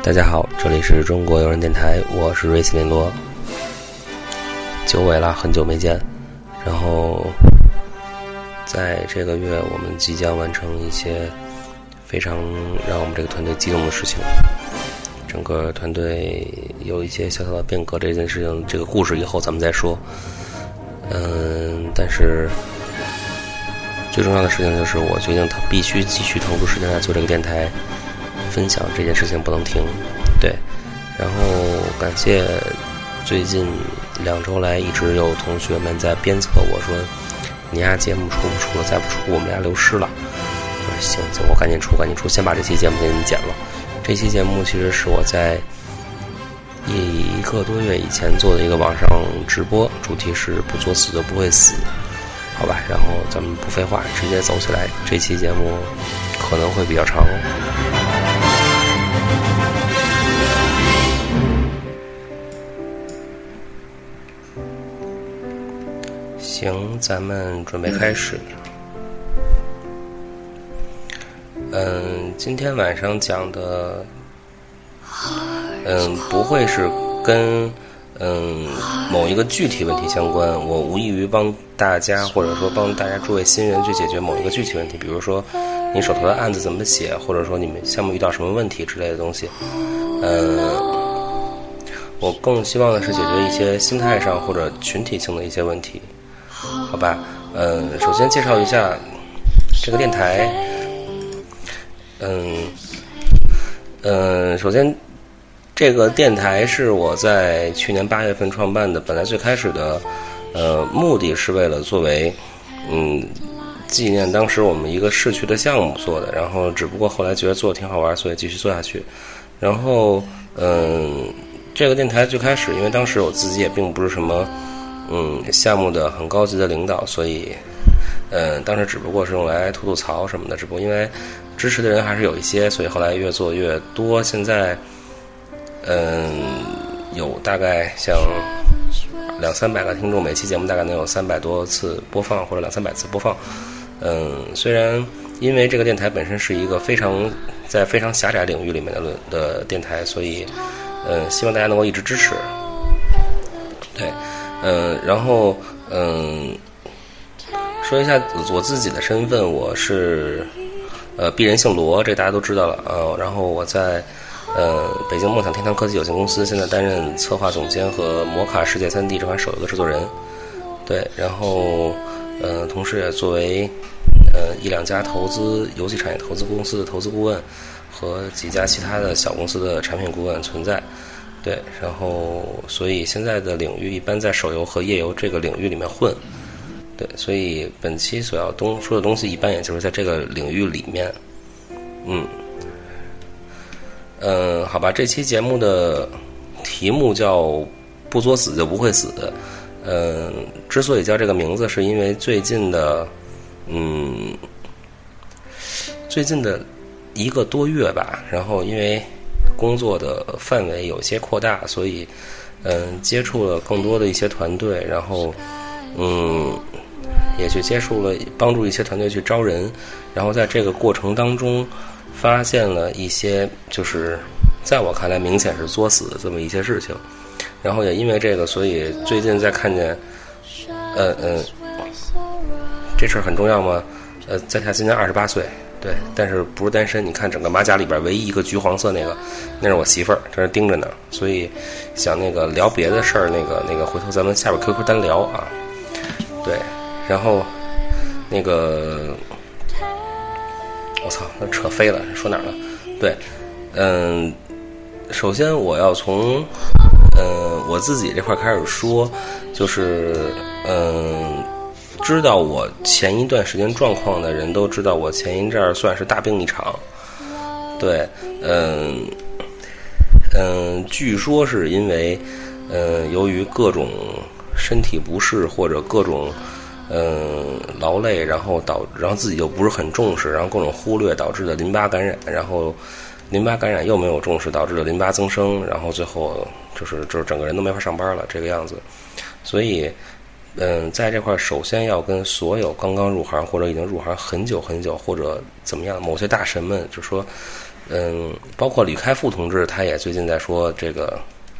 大家好，这里是中国有人电台，我是瑞斯林罗。久违了，很久没见。然后在这个月，我们即将完成一些非常让我们这个团队激动的事情。整个团队有一些小小的变革，这件事情，这个故事以后咱们再说。但是最重要的事情就是我决定他必须继续投入时间来做这个电台分享，这件事情不能停。对，然后感谢最近2周来一直有同学们在鞭策我说你家节目出不出了，再不出我们家流失了。我说行，我赶紧出，先把这期节目给你们剪了。这期节目其实是我在1个多月以前做的一个网上直播，主题是不作死就不会死，好吧，然后咱们不废话，直接走起来。这期节目可能会比较长。行，咱们准备开始。今天晚上讲的不会是跟某一个具体问题相关，我无异于帮大家或者说帮大家诸位新人去解决某一个具体问题，比如说你手头的案子怎么写，或者说你们项目遇到什么问题之类的东西。我更希望的是解决一些心态上或者群体性的一些问题，好吧。首先介绍一下这个电台。首先这个电台是我在去年8月份创办的，本来最开始的目的是为了作为纪念当时我们一个市区的项目做的，然后只不过后来觉得做的挺好玩，所以继续做下去。然后这个电台最开始因为当时我自己也并不是什么项目的很高级的领导，所以当时只不过是用来吐吐槽什么的，只不过因为支持的人还是有一些，所以后来越做越多。现在有大概像200-300个听众，每期节目大概能有300多次播放或者200-300次播放。虽然因为这个电台本身是一个在非常狭窄领域里面的电台，所以希望大家能够一直支持。对，然后说一下我自己的身份，我是鄙人姓罗，这大家都知道了。然后我在北京梦想天堂科技有限公司现在担任策划总监和摩卡世界3D这款手游的制作人。对，然后同时也作为1-2家游戏产业投资公司的投资顾问和几家其他的小公司的产品顾问存在。对，然后所以现在的领域一般在手游和页游这个领域里面混。对，所以本期所要说的东西一般也就是在这个领域里面。好吧，这期节目的题目叫不作死就不会死。之所以叫这个名字是因为最近的1个多月吧，然后因为工作的范围有些扩大，所以接触了更多的一些团队，然后也去接触了帮助一些团队去招人，然后在这个过程当中发现了一些就是在我看来明显是作死的这么一些事情。然后也因为这个，所以最近在看见这事儿很重要吗？在下今年28岁，对，但是不是单身。你看整个马甲里边唯一一个橘黄色那是我媳妇儿，在那盯着呢。所以想聊别的事儿，回头咱们下边 QQ 单聊啊。对，然后我操，那扯飞了，说哪儿了？对，首先我要从我自己这块开始说，就是知道我前一段时间状况的人都知道，我前一阵儿算是大病一场。对，据说是因为由于各种身体不适或者各种劳累，然后自己又不是很重视，然后各种忽略导致的淋巴感染，然后淋巴感染又没有重视导致的淋巴增生，然后最后就是整个人都没法上班了这个样子。所以在这块首先要跟所有刚刚入行或者已经入行很久很久或者怎么样某些大神们就说包括吕开复同志，他也最近在说这个，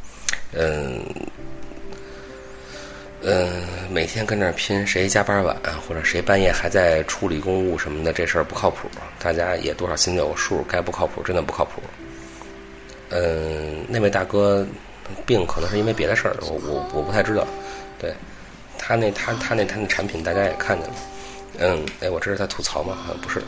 每天跟那儿拼谁加班晚，或者谁半夜还在处理公务什么的，这事儿不靠谱。大家也多少心里有数，该不靠谱真的不靠谱。那位大哥病可能是因为别的事儿，我不太知道。对，他那产品大家也看见了。我这是在吐槽吗？不是。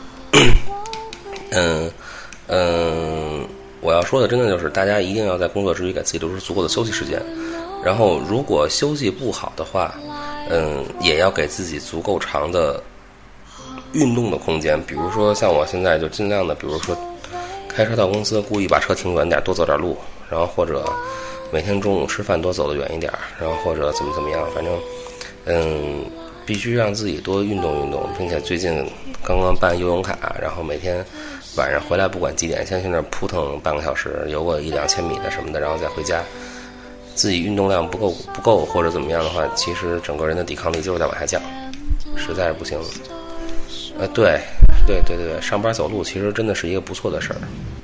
我要说的真的就是大家一定要在工作之余给自己留出足够的休息时间，然后如果休息不好的话，也要给自己足够长的运动的空间。比如说像我现在就尽量的，比如说开车到公司，故意把车停远点，多走点路，然后或者每天中午吃饭多走得远一点，然后或者怎么样，反正必须让自己多运动运动，并且最近刚刚办游泳卡，然后每天晚上回来不管几点，先去那儿扑腾半个小时，游个1-2千米的什么的，然后再回家。自己运动量不够或者怎么样的话，其实整个人的抵抗力就是在往下降，实在是不行。对，上班走路其实真的是一个不错的事儿。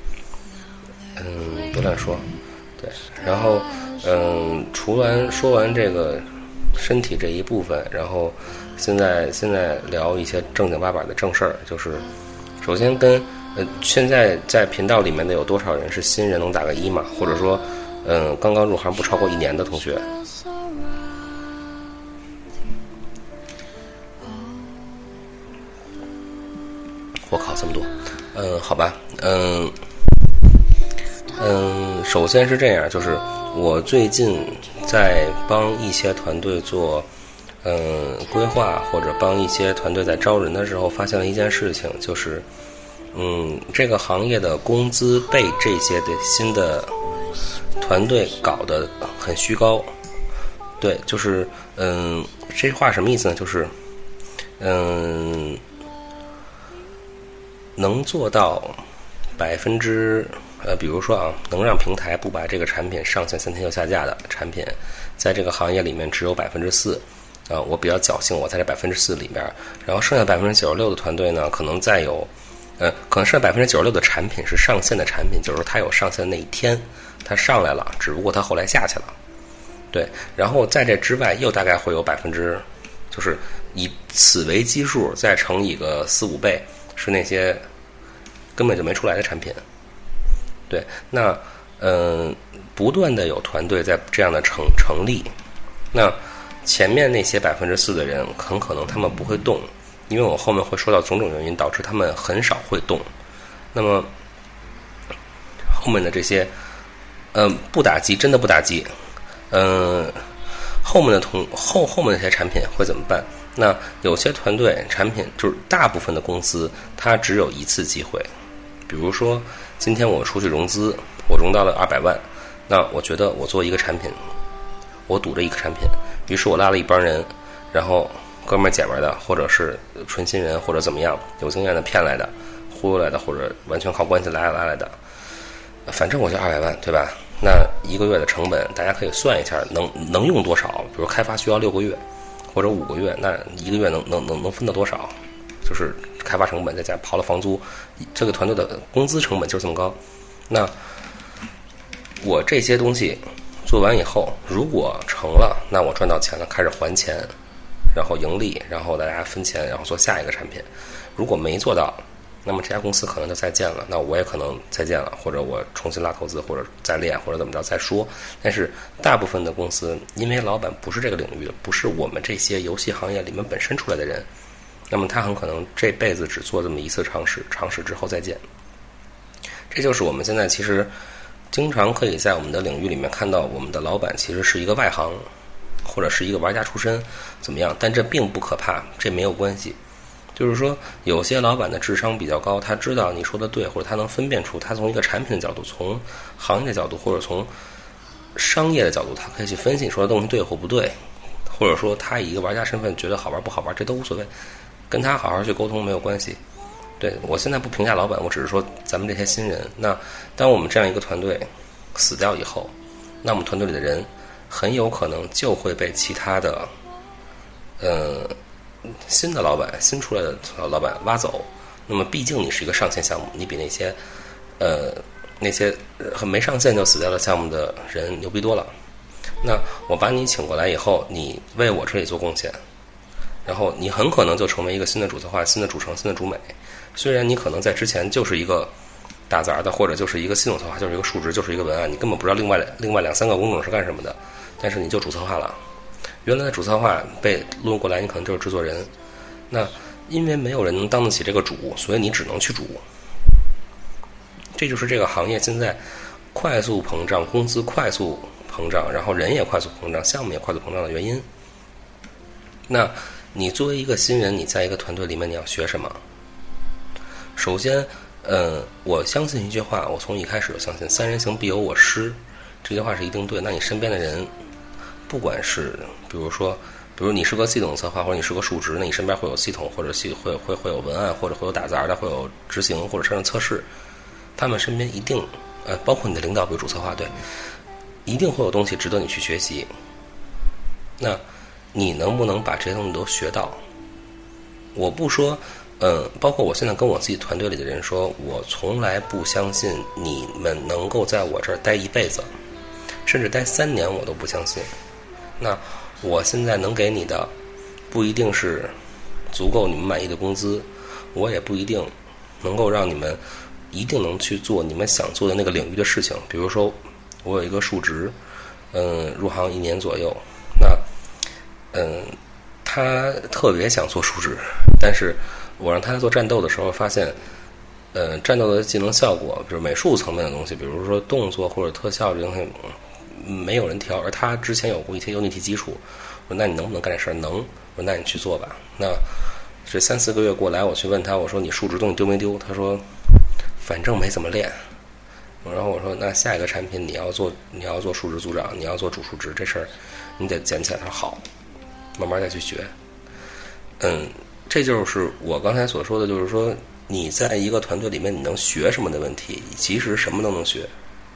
别乱说。对，然后说完这个身体这一部分，然后现在聊一些正经八百的正事儿，就是首先跟现在在频道里面的有多少人是新人，能打个1嘛？或者说刚刚入行不超过1年的同学。我靠，这么多。好吧。首先是这样，就是我最近在帮一些团队做规划，或者帮一些团队在招人的时候，发现了一件事情，就是这个行业的工资被这些的新的团队搞得很虚高。对，就是这话什么意思呢？就是能做到比如说能让平台不把这个产品上线3天就下架的产品，在这个行业里面只有4%。我比较侥幸，我在这4%里面，然后剩下96%的团队呢，可能再有，可能剩下96%的产品是上线的产品，就是说它有上线的那一天，它上来了，只不过它后来下去了。对，然后在这之外，又大概会有就是以此为基数，再乘以个4-5倍，是那些根本就没出来的产品。对，那不断的有团队在这样的成立，那前面那些4%的人很可能他们不会动，因为我后面会说到种种原因导致他们很少会动。那么后面的这些不打击，真的不打击。后面的那些产品会怎么办？那有些团队产品就是大部分的公司它只有一次机会。比如说今天我出去融资，我融到了200万，那我觉得我做一个产品，我赌着一个产品，于是我拉了一帮人，然后哥们儿姐们儿的，或者是纯新人，或者怎么样有经验的骗来的，忽悠来的，或者完全靠关系拉来的，反正我就200万，对吧？那1个月的成本大家可以算一下，能用多少？比如开发需要6个月或者5个月，那1个月能分到多少？就是开发成本再加刨了房租，这个团队的工资成本就这么高。那我这些东西做完以后，如果成了，那我赚到钱了，开始还钱，然后盈利，然后大家分钱，然后做下一个产品。如果没做到，那么这家公司可能就再见了，那我也可能再见了，或者我重新拉投资，或者再练，或者怎么着再说。但是大部分的公司，因为老板不是这个领域的，不是我们这些游戏行业里面本身出来的人，那么他很可能这辈子只做这么一次尝试之后再见。这就是我们现在其实经常可以在我们的领域里面看到，我们的老板其实是一个外行，或者是一个玩家出身，怎么样？但这并不可怕，这没有关系。就是说有些老板的智商比较高，他知道你说的对，或者他能分辨出，他从一个产品的角度，从行业的角度，或者从商业的角度，他可以去分析你说的东西对或不对，或者说他以一个玩家身份觉得好玩不好玩，这都无所谓，跟他好好去沟通没有关系。对，我现在不评价老板，我只是说咱们这些新人，那当我们这样一个团队死掉以后，那我们团队里的人很有可能就会被其他的新的老板，新出来的老板挖走。那么毕竟你是一个上线项目，你比那些那些没上线就死掉的项目的人牛逼多了。那我把你请过来以后，你为我这里做贡献，然后你很可能就成为一个新的主策划、新的主程、新的主美。虽然你可能在之前就是一个打杂的，或者就是一个系统策划，就是一个数值，就是一个文案，你根本不知道另外2-3个工种是干什么的，但是你就主策划了。原来的主策划被录过来，你可能就是制作人。那因为没有人能当得起这个主，所以你只能去主。这就是这个行业现在快速膨胀，工资快速膨胀，然后人也快速膨胀，项目也快速膨胀的原因。那你作为一个新人，你在一个团队里面你要学什么？首先我相信一句话，我从一开始就相信三人行必有我师，这句话是一定对。那你身边的人，不管是比如你是个系统策划，或者你是个数值，那你身边会有系统，或者会有文案，或者会有打杂的，会有执行或者甚至测试，他们身边一定包括你的领导，比如主策划，对，一定会有东西值得你去学习。那你能不能把这些东西都学到？我不说包括我现在跟我自己团队里的人说，我从来不相信你们能够在我这儿待一辈子，甚至待3年我都不相信。那我现在能给你的不一定是足够你们满意的工资，我也不一定能够让你们一定能去做你们想做的那个领域的事情。比如说我有一个数值入行1年左右，那他特别想做数值，但是我让他做战斗的时候发现战斗的技能效果，比如美术层面的东西，比如说动作或者特效这东西没有人调，而他之前有过一些 Unity 基础。我说那你能不能干这事儿？能。我说那你去做吧。那这3-4个月过来，我去问他，我说你数值东西丢没丢？他说反正没怎么练。然后我说那下一个产品你要做数值组长，你要做主数值，这事儿你得捡起来。他说好，慢慢再去学。这就是我刚才所说的，就是说你在一个团队里面你能学什么的问题，其实什么都能学。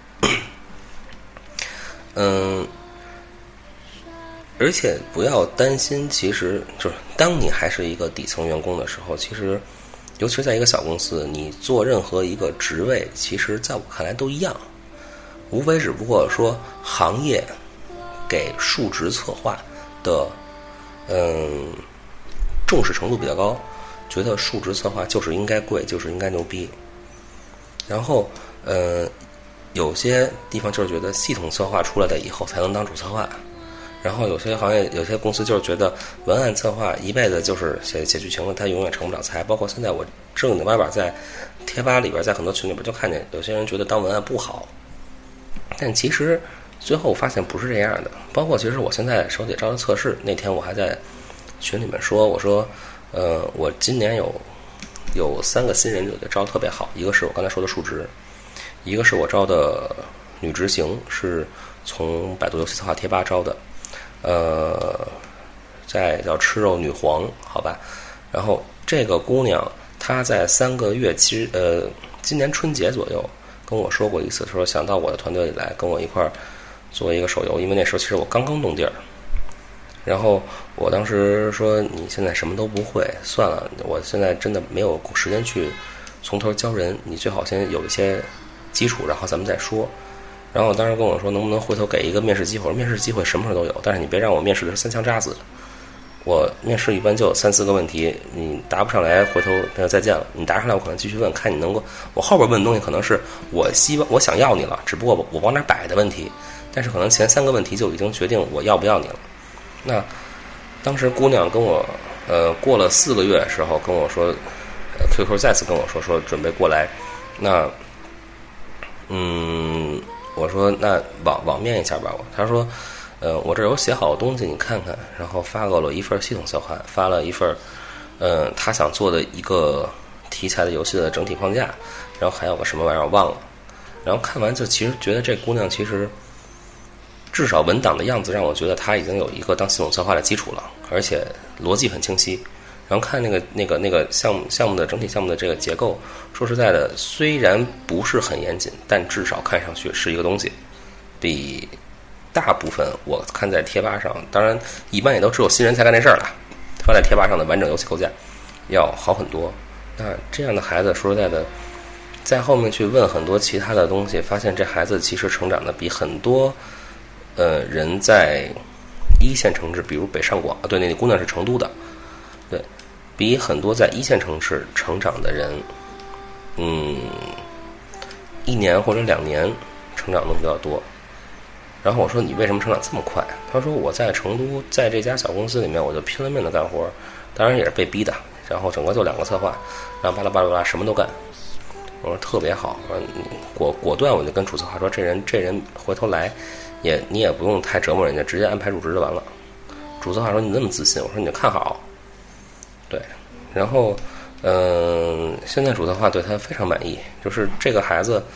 而且不要担心，其实就是当你还是一个底层员工的时候，其实尤其是在一个小公司，你做任何一个职位，其实在我看来都一样，无非只不过说行业给数值策划的重视程度比较高，觉得数值策划就是应该贵，就是应该牛逼。然后有些地方就是觉得系统策划出来的以后才能当主策划，然后有些行业有些公司就是觉得文案策划一辈子就是写剧情了，他永远成不了才。包括现在我正经八百在贴吧里边，在很多群里边就看见有些人觉得当文案不好，但其实最后我发现不是这样的。包括其实我现在手底招的测试，那天我还在群里面说，我说我今年有3个新人就招特别好，一个是我刚才说的数值，一个是我招的女执行，是从百度游戏策划贴吧招的，在叫吃肉女皇，好吧。然后这个姑娘她在3个月今年春节左右跟我说过一次，说想到我的团队里来跟我一块儿做一个手游，因为那时候其实我刚刚动地儿。然后我当时说你现在什么都不会，算了，我现在真的没有时间去从头教人，你最好先有一些基础，然后咱们再说。然后当时跟我说能不能回头给一个面试机会，面试机会什么时候都有，但是你别让我面试的是3枪扎死。我面试一般就有3-4个问题，你答不上来回头再见了，你答上来我可能继续问，看你能够，我后边问的东西可能是我想要你了，只不过我往哪摆的问题，但是可能前3个问题就已经决定我要不要你了。那当时姑娘跟我过了4个月的时候跟我说QQ 再次跟我说准备过来。那我说那网面一下吧。他说我这有写好的东西你看看，然后发给了一份系统策划，发了一份他想做的一个题材的游戏的整体框架，然后还有个什么玩意儿我忘了。然后看完就其实觉得这姑娘其实至少文档的样子让我觉得他已经有一个当系统策划的基础了，而且逻辑很清晰。然后看那个项目的整体项目的这个结构，说实在的，虽然不是很严谨，但至少看上去是一个东西，比大部分我看在贴吧上，当然一般也都只有新人才干这事儿了，发在贴吧上的完整游戏构架要好很多。那这样的孩子说实在的， 在后面去问很多其他的东西，发现这孩子其实成长的比很多人在一线城市，比如北上广，对，那姑娘是成都的，对，比很多在一线城市成长的人，1年或者2年成长的比较多。然后我说你为什么成长这么快？他说我在成都，在这家小公司里面，我就拼了命的干活，当然也是被逼的。然后整个做2个策划，然后巴拉巴拉巴拉什么都干。我说特别好，果断我就跟主策划说，这人回头来，你也不用太折磨人家，直接安排入职就完了。主策划说你那么自信，我说你就看好。对，然后现在主策划对他非常满意，就是这个孩子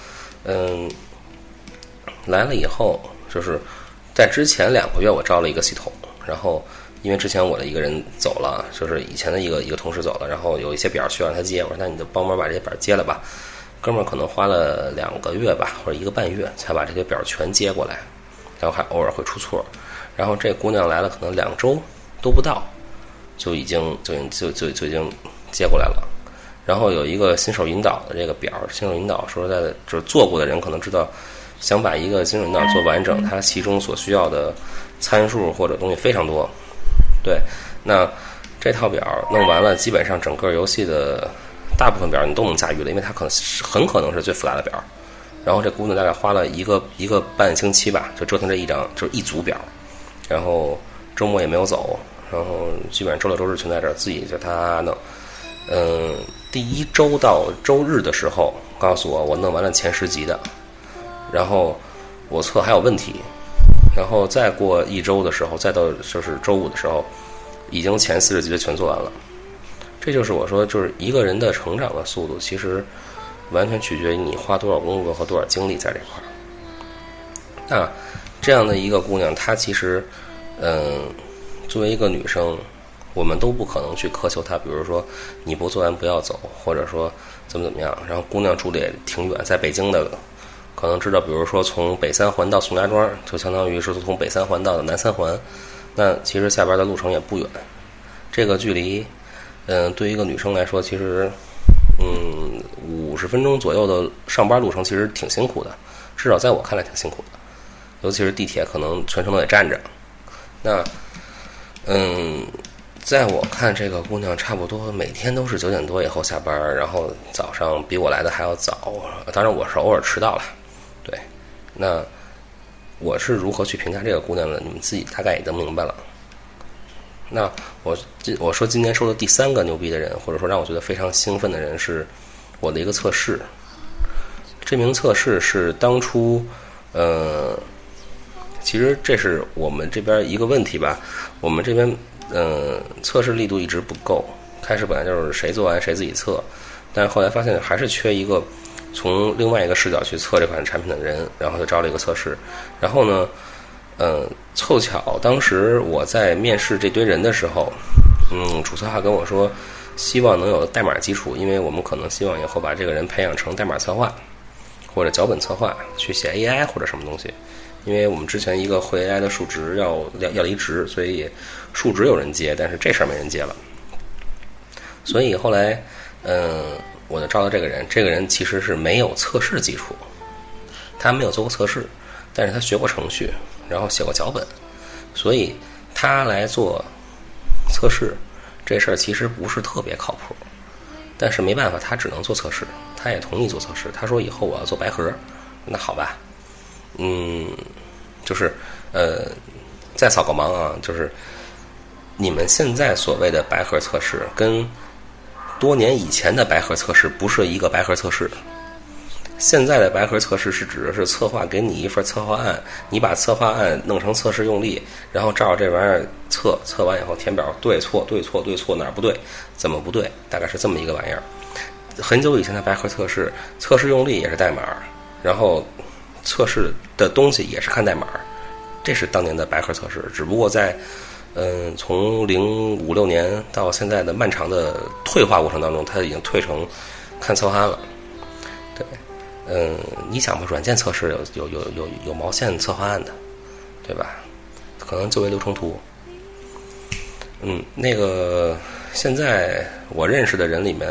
来了以后。就是在之前2个月我招了一个系统，然后因为之前我的一个人走了，就是以前的一个同事走了，然后有一些表需要让他接，我说那你就帮忙把这些表接了吧。哥们儿可能花了2个月吧，或者1个半月才把这些表全接过来，然后还偶尔会出错。然后这姑娘来了可能2周都不到，就已经接过来了。然后有一个新手引导的这个表，新手引导说实在的，就是做过的人可能知道。想把一个新手引导做完整，它其中所需要的参数或者东西非常多。对，那这套表弄完了，基本上整个游戏的大部分表你都能驾驭了，因为它很可能是最复杂的表。然后这姑娘大概花了一个半星期吧，就折腾这一张，就是一组表。然后周末也没有走，然后基本上周六周日全在这儿自己就他弄。第1周到周日的时候，告诉我弄完了前10级的。然后我测还有问题，然后再过1周的时候，再到就是周5的时候，已经前40级的全做完了。这就是我说，就是一个人的成长的速度，其实完全取决于你花多少功夫和多少精力在这块儿。那这样的一个姑娘，她其实，作为一个女生，我们都不可能去苛求她，比如说你不做完不要走，或者说怎么样。然后姑娘住的也挺远，在北京的。可能知道，比如说从北3环到宋家庄，就相当于是从北3环到南3环，那其实下边的路程也不远。这个距离，对于一个女生来说，其实，50分钟左右的上班路程其实挺辛苦的，至少在我看来挺辛苦的。尤其是地铁，可能全程都得站着。那，在我看，这个姑娘差不多每天都是9点多以后下班，然后早上比我来的还要早。当然，我是偶尔迟到了。对，那我是如何去评价这个姑娘呢？你们自己大概也都明白了。那我说今年收的第3个牛逼的人，或者说让我觉得非常兴奋的人，是我的一个测试。这名测试是当初，其实这是我们这边一个问题吧。我们这边测试力度一直不够。开始本来就是谁做完谁自己测，但是后来发现还是缺一个从另外一个视角去测这款产品的人，然后就招了一个测试。然后呢，凑巧当时我在面试这堆人的时候，主策划跟我说，希望能有代码基础，因为我们可能希望以后把这个人培养成代码策划或者脚本策划，去写 AI 或者什么东西。因为我们之前一个会 AI 的数值要离职，所以数值有人接，但是这事儿没人接了。所以后来，我就招到这个人。这个人其实是没有测试基础，他没有做过测试，但是他学过程序，然后写过脚本，所以他来做测试这事儿其实不是特别靠谱。但是没办法，他只能做测试，他也同意做测试。他说以后我要做白盒，那好吧，就是再扫个盲啊，就是你们现在所谓的白盒测试跟多年以前的白盒测试不是一个白盒测试。现在的白盒测试是指的是策划给你一份策划案，你把策划案弄成测试用例，然后照着这玩意儿测完以后填表，对错哪儿不对，怎么不对，大概是这么一个玩意儿。很久以前的白盒测试，测试用例也是代码，然后测试的东西也是看代码，这是当年的白盒测试。只不过在从05、06年到现在的漫长的退化过程当中，它已经退成看策划案了。对，你想吧，软件测试有毛线策划案的，对吧？可能就为流程图。那个现在我认识的人里面，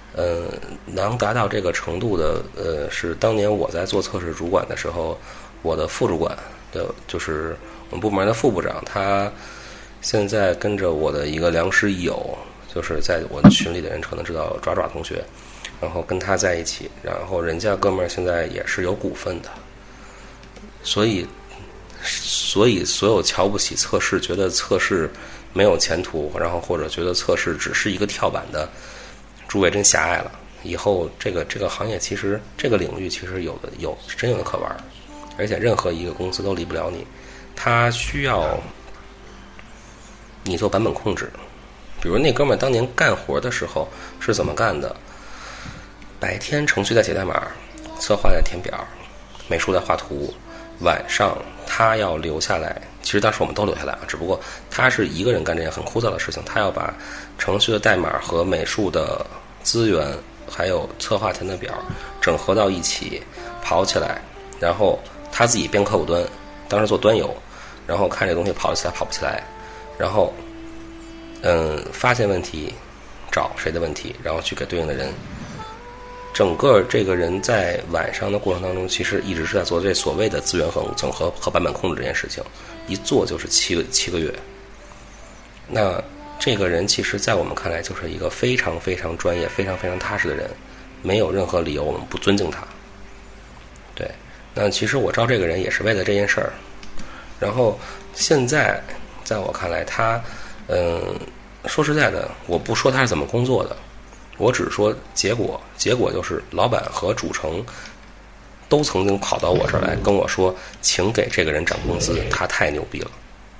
能达到这个程度的，是当年我在做测试主管的时候，我的副主管的，就是我们部门的副部长，他现在跟着我的一个良师益友，就是在我的群里的人可能知道爪爪同学，然后跟他在一起，然后人家哥们儿现在也是有股份的，所以所有瞧不起测试，觉得测试没有前途，然后或者觉得测试只是一个跳板的，诸位真狭隘了。以后这个行业其实这个领域其实有真有的可玩，而且任何一个公司都离不了你，它需要你做版本控制。比如那哥们儿当年干活的时候是怎么干的？白天程序在写代码，策划在填表，美术在画图，晚上他要留下来，其实当时我们都留下来啊，只不过他是一个人干这件很枯燥的事情，他要把程序的代码和美术的资源还有策划填的表整合到一起跑起来，然后他自己编客户端，当时做端游，然后看这东西跑得起来跑不起来，然后发现问题找谁的问题，然后去给对应的人。整个这个人在晚上的过程当中，其实一直是在做这所谓的资源和整合和版本控制这件事情，一做就是七个月。那这个人其实在我们看来就是一个非常非常专业非常非常踏实的人，没有任何理由我们不尊敬他。对，那其实我招这个人也是为了这件事儿。然后现在在我看来他说实在的，我不说他是怎么工作的，我只说结果就是老板和主程都曾经跑到我这儿来跟我说，请给这个人涨工资，他太牛逼了。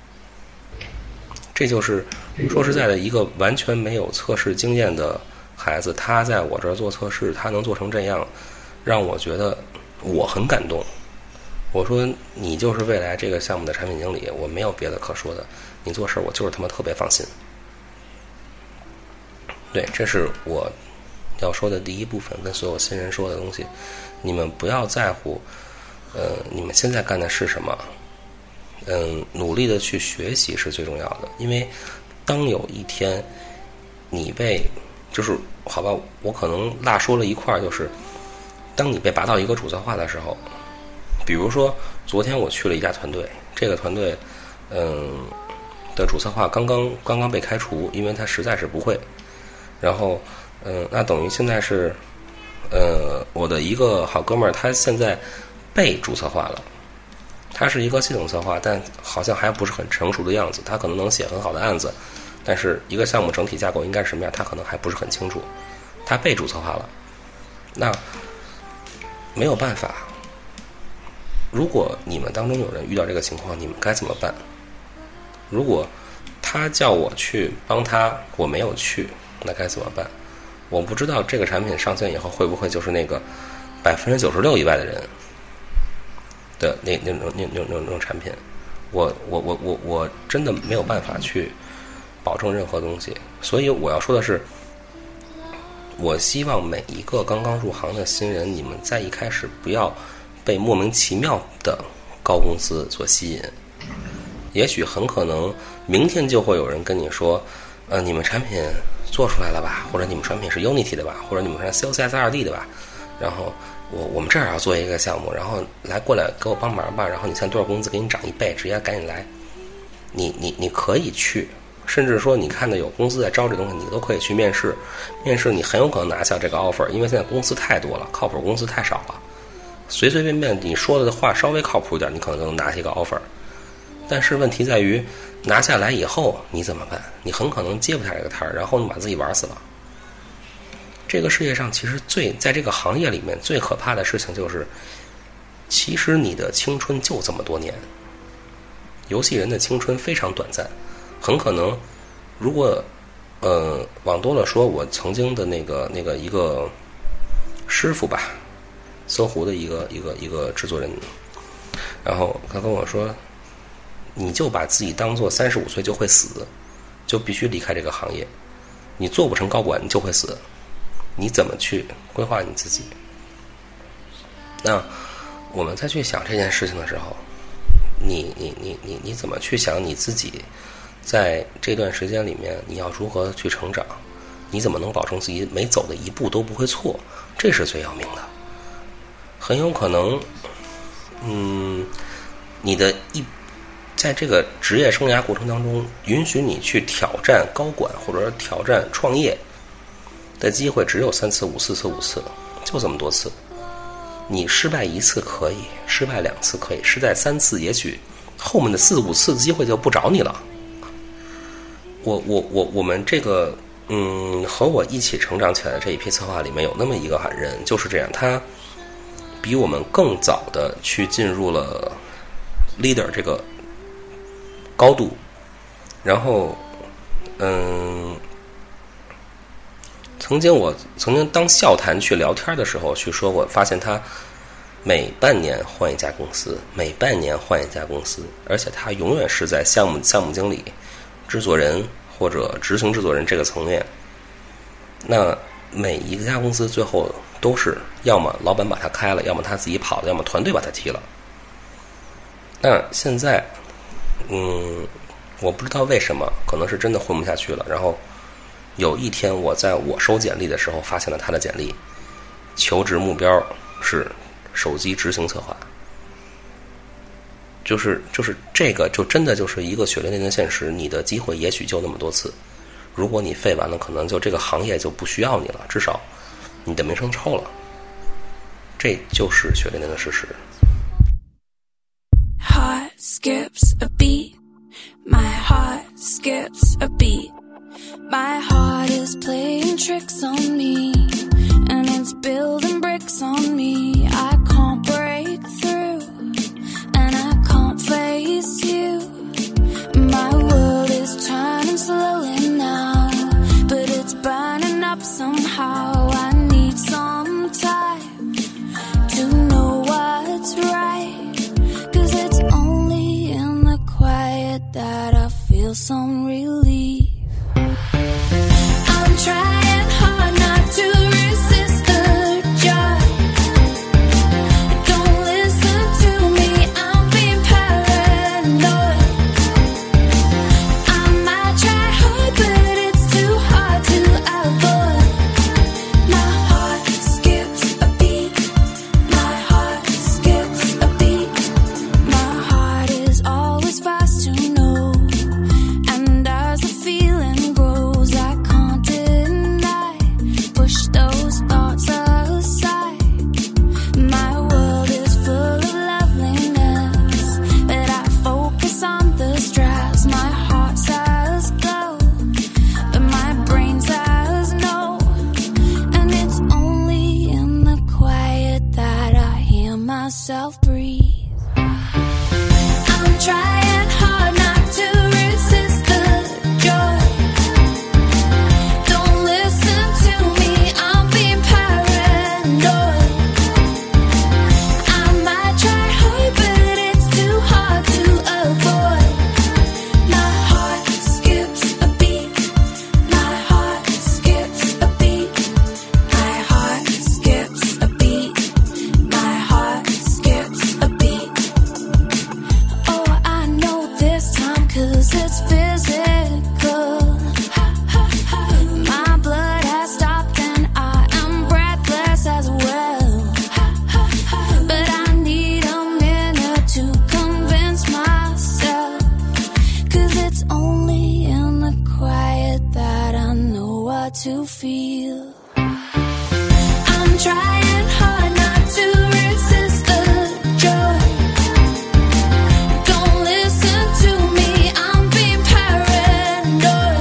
这就是说实在的，一个完全没有测试经验的孩子，他在我这儿做测试，他能做成这样，让我觉得我很感动。我说你就是未来这个项目的产品经理，我没有别的可说的，你做事我就是他妈特别放心。对，这是我要说的第一部分，跟所有新人说的东西。你们不要在乎你们现在干的是什么，努力的去学习是最重要的。因为当有一天你被就是好吧，我可能落说了一块，就是当你被拔到一个主策划的时候，比如说昨天我去了一家团队，这个团队的主策划刚刚被开除，因为他实在是不会。然后那等于现在是我的一个好哥们儿，他现在被主策划了，他是一个系统策划，但好像还不是很成熟的样子，他可能能写很好的案子，但是一个项目整体架构应该是什么样，他可能还不是很清楚，他被主策划了。那没有办法，如果你们当中有人遇到这个情况，你们该怎么办？如果他叫我去帮他，我没有去，那该怎么办？我不知道这个产品上线以后会不会就是那个96%以外的人的那种产品，我真的没有办法去保证任何东西。所以我要说的是，我希望每一个刚刚入行的新人，你们在一开始不要被莫名其妙的高工资所吸引。也许很可能明天就会有人跟你说，你们产品做出来了吧，或者你们产品是 Unity 的吧，或者你们是 COCS 2D 的吧，然后我们这儿要做一个项目，然后过来给我帮忙吧，然后你现在多少工资给你涨1倍，直接赶紧来。你可以去，甚至说你看到有公司在招这东西，你都可以去面试，你很有可能拿下这个 offer， 因为现在公司太多了，靠谱公司太少了，随随便便你说的话稍微靠谱一点，你可能就能拿下一个 offer。但是问题在于拿下来以后你怎么办？你很可能接不下这个摊儿，然后你把自己玩死了。这个世界上其实在这个行业里面最可怕的事情就是，其实你的青春就这么多年。游戏人的青春非常短暂，很可能如果往多了说，我曾经的那个一个师傅吧，搜狐的一个制作人，然后他跟我说，你就把自己当做35岁就会死，就必须离开这个行业，你做不成高管你就会死，你怎么去规划你自己？那我们再去想这件事情的时候，你怎么去想你自己在这段时间里面你要如何去成长？ 你怎么能保证自己每走的一步都不会错？这是最要命的。很有可能，你的在这个职业生涯过程当中，允许你去挑战高管或者挑战创业的机会只有3次、5次、5次，就这么多次。你失败1次可以，失败2次可以，失败3次，也许后面的4、5次的机会就不找你了。我们这个和我一起成长起来的这一批策划里面有那么一个人，就是这样，他比我们更早的去进入了 leader 这个高度，然后曾经当笑谈去聊天的时候去说过，发现他每半年换一家公司，每半年换一家公司，而且他永远是在项目经理、制作人或者执行制作人这个层面。那每一家公司最后都是要么老板把他开了，要么他自己跑了，要么团队把他踢了。那现在我不知道为什么，可能是真的混不下去了。然后有一天我在我收简历的时候发现了他的简历，求职目标是手机执行策划。就是这个就真的就是一个血淋淋的现实，你的机会也许就那么多次，如果你废完了，可能就这个行业就不需要你了，至少你的名声臭了，这就是血淋淋的事实。 Heart skips a beat, my heart skips a beat. My heart is playing tricks on me, and it's building bricks on me. I can't break through, and I can't face you. My world is turning slowly now, but it's burning up somehow. I need some time to know what's right, 'cause it's only in the quiet that I feel some relief. I'm trying hard not to resist the joy. Don't listen to me, I'm being paranoid. I might try hard, but it's too hard to avoid. My heart skips a beat, my heart skips a beat. My heart is always fast to know, and as the feeling grows, I can't deny, push those thoughts aside. My world is full of loveliness, but I focus on the stress. My heart says go, but my brain says no, and it's only in the quiet that I hear myself breathe. I'm trying hard not to resist the joy. Don't listen to me, I'm being paranoid. I might try hard, but it's too hard to avoid. My heart skips a beat, my heart skips a beat. My heart skips a beat, my heart skips a beat. Oh, I know this time 'cause it's physical. My blood has stopped and I am breathless as well. But I need a minute to convince myself, 'cause it's only in the quiet that I know what to feel. I'm trying hard not to resist the joy. Don't listen to me, I'm being paranoid.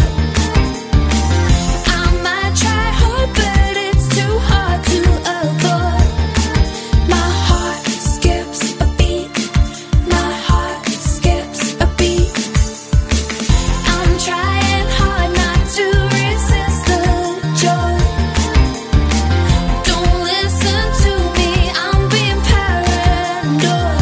I might try hard, but it's too hard to avoid. My heart skips a beat, my heart skips a beat. I'm trying hard not to resist the joy. Don't listen to me, I'm being paranoid.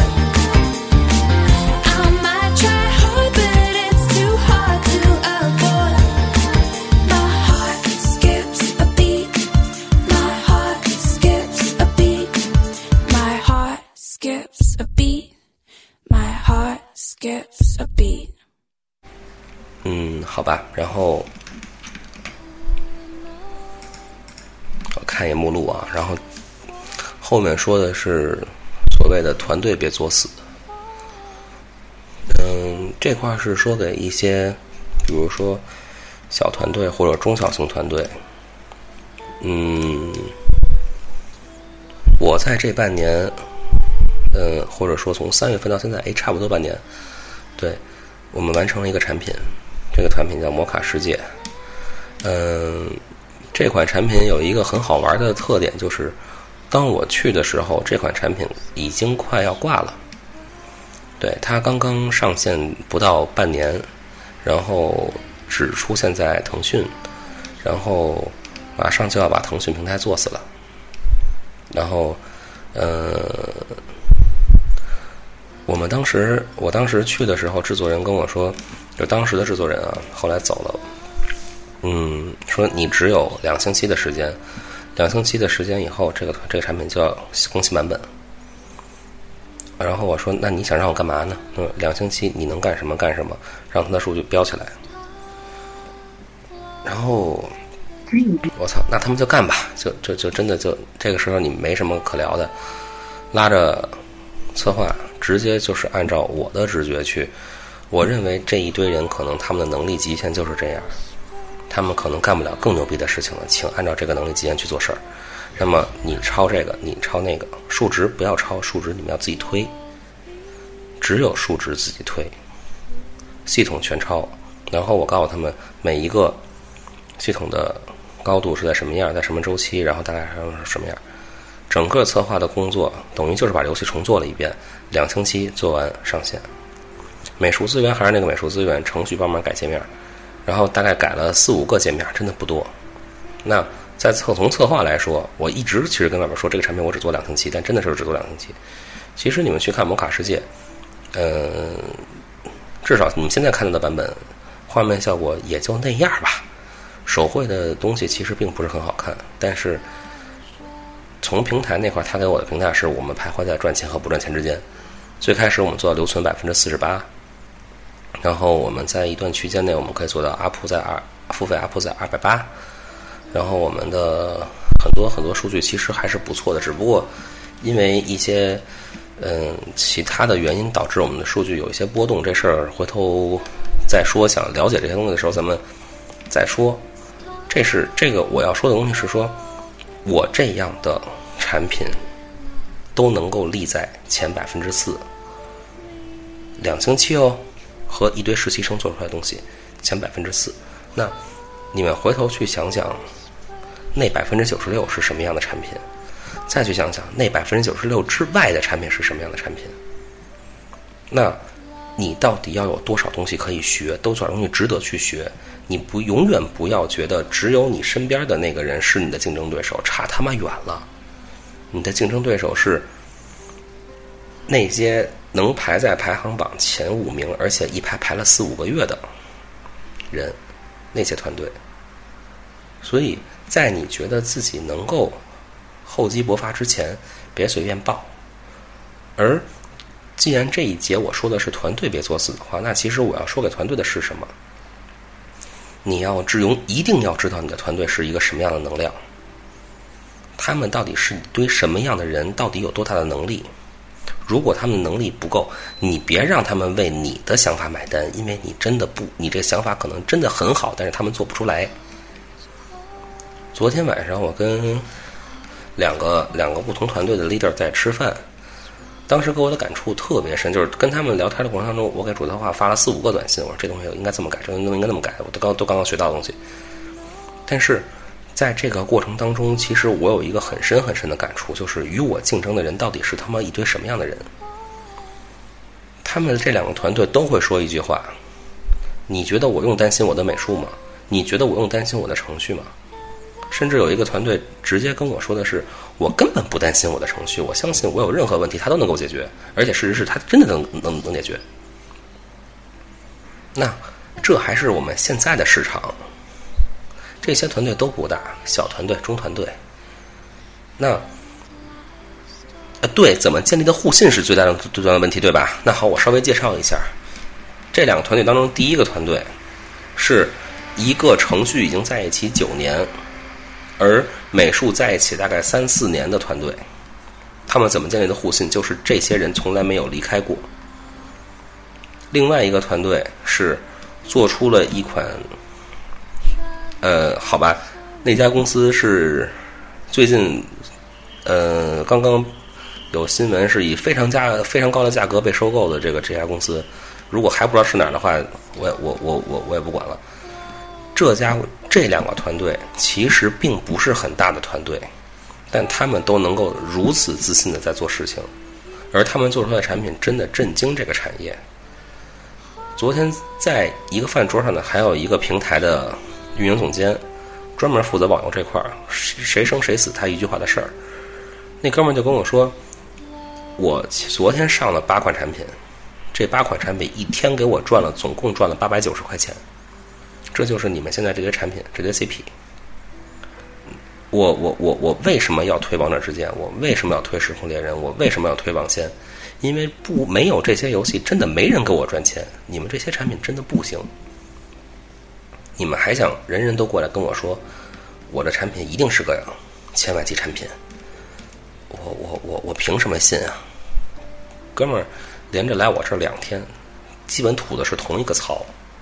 I might try hard, but it's too hard to avoid. My heart skips a beat, my heart skips a beat. My heart skips a beat, my heart skips a beat. 好吧，然后看一目录啊，然后后面说的是所谓的团队别作死。这块是说给一些比如说小团队或者中小型团队。我在这半年或者说从3月份到现在差不多半年，对，我们完成了一个产品，这个产品叫摩卡世界。这款产品有一个很好玩的特点，就是当我去的时候，这款产品已经快要挂了。对，它刚刚上线不到半年，然后只出现在腾讯，然后马上就要把腾讯平台做死了。然后我当时去的时候，制作人跟我说，就当时的制作人啊，后来走了，说你只有2星期的时间，2星期的时间以后，这个产品就要更新版本。然后我说，那你想让我干嘛呢？2星期你能干什么干什么，让它的数据飙起来。然后我操，那他们就干吧，就真的就这个时候你没什么可聊的，拉着策划直接就是按照我的直觉去。我认为这一堆人可能他们的能力极限就是这样，他们可能干不了更牛逼的事情了，请按照这个能力极限去做事儿。那么你抄这个，你抄那个，数值不要抄，数值你们要自己推，只有数值自己推，系统全抄。然后我告诉他们每一个系统的高度是在什么样，在什么周期，然后大概是什么样。整个策划的工作等于就是把游戏重做了一遍，2星期做完上线。美术资源还是那个美术资源，程序帮忙改界面，然后大概改了4-5个界面，真的不多。那从策划来说，我一直其实跟外边说这个产品我只做2星期，但真的是只做2星期。其实你们去看摩卡世界，至少你们现在看到的版本，画面效果也就那样吧。手绘的东西其实并不是很好看，但是从平台那块，他给我的评价是我们徘徊在赚钱和不赚钱之间。最开始我们做到留存48%，然后我们在一段区间内我们可以做到付费 UP 在280%，然后我们的很多数据其实还是不错的，只不过因为一些其他的原因导致我们的数据有一些波动，这事儿回头再说。想了解这些东西的时候咱们再说。这个我要说的东西是说，我这样的产品都能够立在前4%，2星期和一堆实习生做出来的东西前4%。那你们回头去想想，那96%是什么样的产品，再去想想那96%之外的产品是什么样的产品。那你到底要有多少东西可以学，多少东西值得去学？你永远不要觉得只有你身边的那个人是你的竞争对手，差他妈远了。你的竞争对手是那些能排在排行榜前5名，而且一排了4-5个月的人，那些团队。所以在你觉得自己能够厚积薄发之前，别随便报。而既然这一节我说的是团队别作死的话，那其实我要说给团队的是什么？你一定要知道你的团队是一个什么样的能量，他们到底是一堆什么样的人，到底有多大的能力。如果他们的能力不够，你别让他们为你的想法买单，因为你这个想法可能真的很好，但是他们做不出来。昨天晚上我跟两个不同团队的 leader 在吃饭，当时给我的感触特别深，就是跟他们聊天的过程当中，我给主策划发了4-5个短信，我说这东西应该这么改，这东西应该那么改，我都刚刚学到的东西。但是在这个过程当中，其实我有一个很深很深的感触，就是与我竞争的人到底是他妈一堆什么样的人。他们这2个团队都会说一句话，你觉得我用担心我的美术吗？你觉得我用担心我的程序吗？甚至有一个团队直接跟我说的是，我根本不担心我的程序，我相信我有任何问题他都能够解决，而且事实是他真的能解决。那这还是我们现在的市场，这些团队都不大，小团队、中团队。那对，怎么建立的互信是最重要的问题，对吧？那好，我稍微介绍一下这2个团队当中，第一个团队是一个程序已经在一起9年， 而美术在一起大概3-4年的团队，他们怎么建立的互信？就是这些人从来没有离开过。另外一个团队是做出了一款，好吧，那家公司是最近，刚刚有新闻是以非常高的价格被收购的这家公司。如果还不知道是哪儿的话，我也不管了。这两个团队其实并不是很大的团队，但他们都能够如此自信的在做事情，而他们做出来的产品真的震惊这个产业。昨天在一个饭桌上呢，还有一个平台的运营总监，专门负责网游这块儿，谁生谁死他一句话的事儿。那哥们儿就跟我说，我昨天上了8款产品，这8款产品一天给我总共赚了890块钱。这就是你们现在这些产品，这些 CP。我为什么要推王者之剑？我为什么要推时空猎人？我为什么要推网仙？因为没有这些游戏，真的没人给我赚钱。你们这些产品真的不行。你们还想人人都过来跟我说，我的产品一定是个千万级产品？我凭什么信啊？哥们儿，连着来我这2天，基本吐的是同一个槽。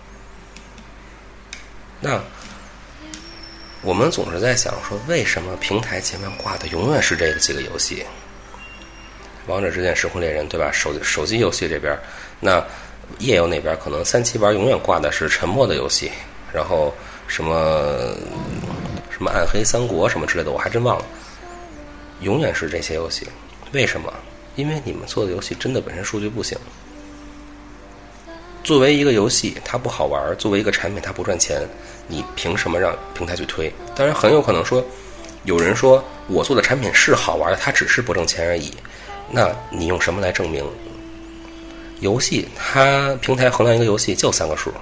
那我们总是在想说，为什么平台前面挂的永远是这几个游戏？王者之剑、时空猎人，对吧？手机游戏这边，那页游那边可能3、7玩永远挂的是沉默的游戏，然后什么暗黑三国什么之类的，我还真忘了。永远是这些游戏，为什么？因为你们做的游戏真的本身数据不行。作为一个游戏它不好玩，作为一个产品它不赚钱，你凭什么让平台去推？当然很有可能说，有人说我做的产品是好玩的，它只是不挣钱而已。那你用什么来证明？游戏它平台衡量一个游戏就3个数，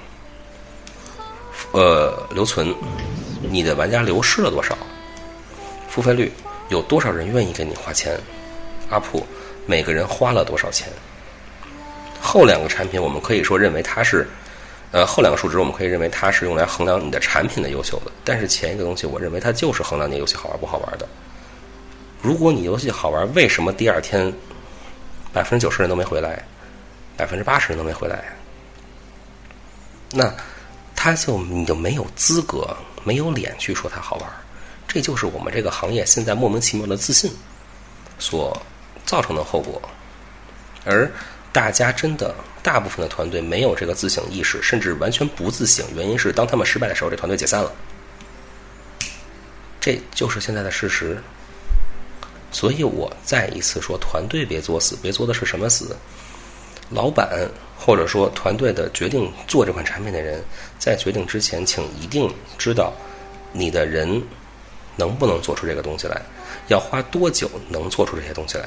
留存，你的玩家流失了多少，付费率，有多少人愿意给你花钱，UP每个人花了多少钱。后2个产品我们可以说认为它是后2个数值我们可以认为它是用来衡量你的产品的优秀的，但是前一个东西我认为它就是衡量你游戏好玩不好玩的。如果你游戏好玩，为什么第2天90%人都没回来，80%人都没回来？那你就没有资格没有脸去说它好玩。这就是我们这个行业现在莫名其妙的自信所造成的后果。而大家真的大部分的团队没有这个自省意识，甚至完全不自省，原因是当他们失败的时候，这团队解散了。这就是现在的事实。所以我再一次说，团队别作死，别作的是什么死？老板或者说团队的决定做这款产品的人，在决定之前，请一定知道你的人能不能做出这个东西来，要花多久能做出这些东西来。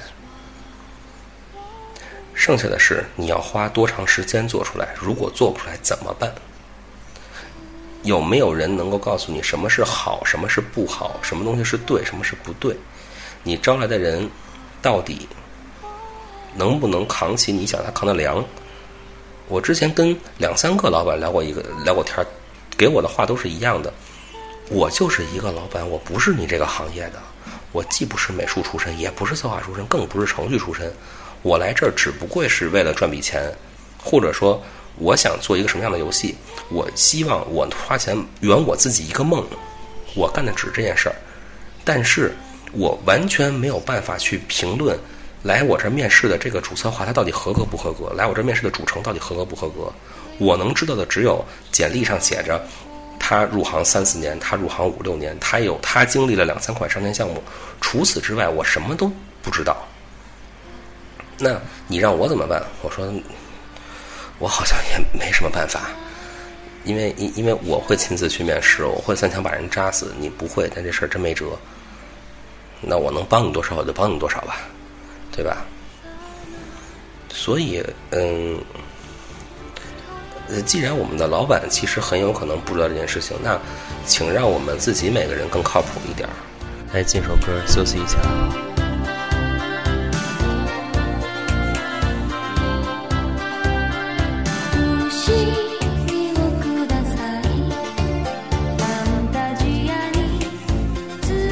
剩下的是你要花多长时间做出来，如果做不出来怎么办？有没有人能够告诉你什么是好，什么是不好，什么东西是对，什么是不对？你招来的人到底能不能扛起你想他扛的粮？我之前跟2、3个老板聊过天，给我的话都是一样的。我就是一个老板，我不是你这个行业的，我既不是美术出身，也不是策划出身，更不是程序出身。我来这儿只不过是为了赚笔钱，或者说我想做一个什么样的游戏，我希望我花钱圆我自己一个梦，我干的只是这件事儿。但是我完全没有办法去评论来我这面试的这个主策划他到底合格不合格，来我这面试的主程到底合格不合格。我能知道的只有简历上写着他入行3、4年，他入行5、6年，他经历了2、3款商业项目，除此之外我什么都不知道。那你让我怎么办？我说我好像也没什么办法，因为我会亲自去面试，我会3枪把人扎死，你不会，但这事儿真没辙。那我能帮你多少我就帮你多少吧，对吧？所以既然我们的老板其实很有可能不知道这件事情，那请让我们自己每个人更靠谱一点。来进首歌休息一下。 「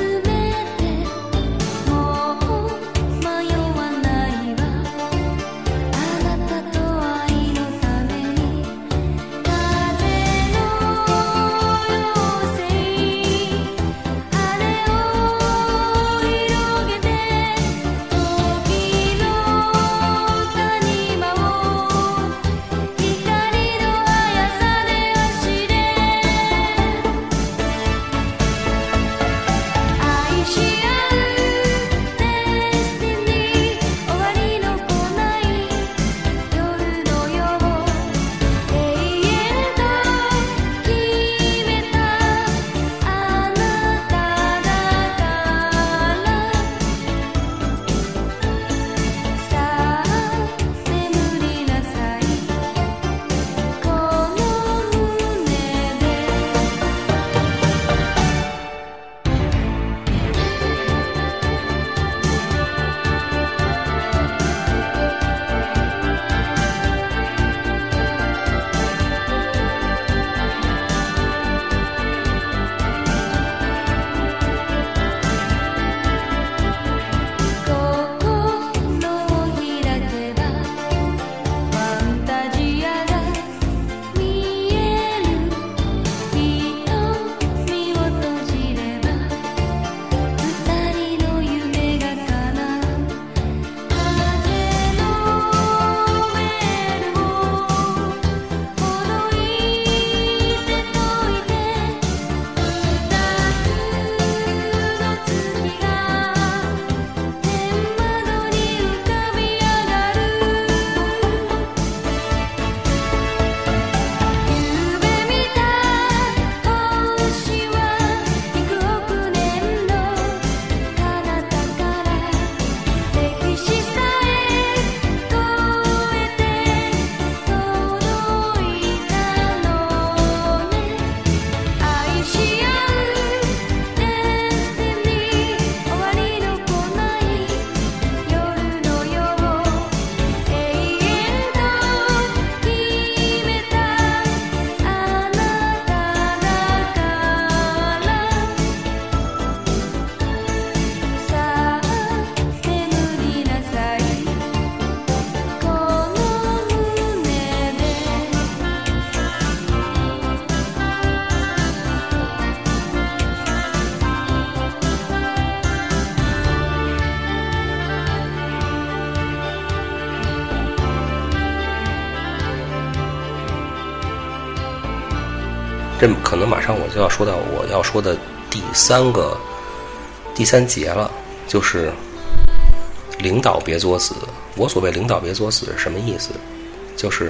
这可能马上我就要说到我要说的第三节了，就是领导别作死。我所谓领导别作死是什么意思？就是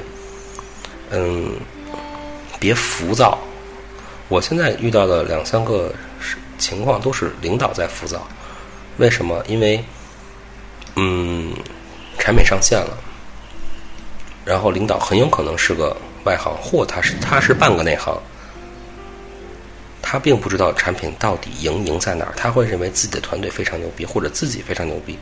别浮躁。我现在遇到的2-3个情况都是领导在浮躁。为什么？因为产品上线了，然后领导很有可能是个外行，或他是半个内行，他并不知道产品到底赢在哪儿，他会认为自己的团队非常牛逼，或者自己非常牛逼。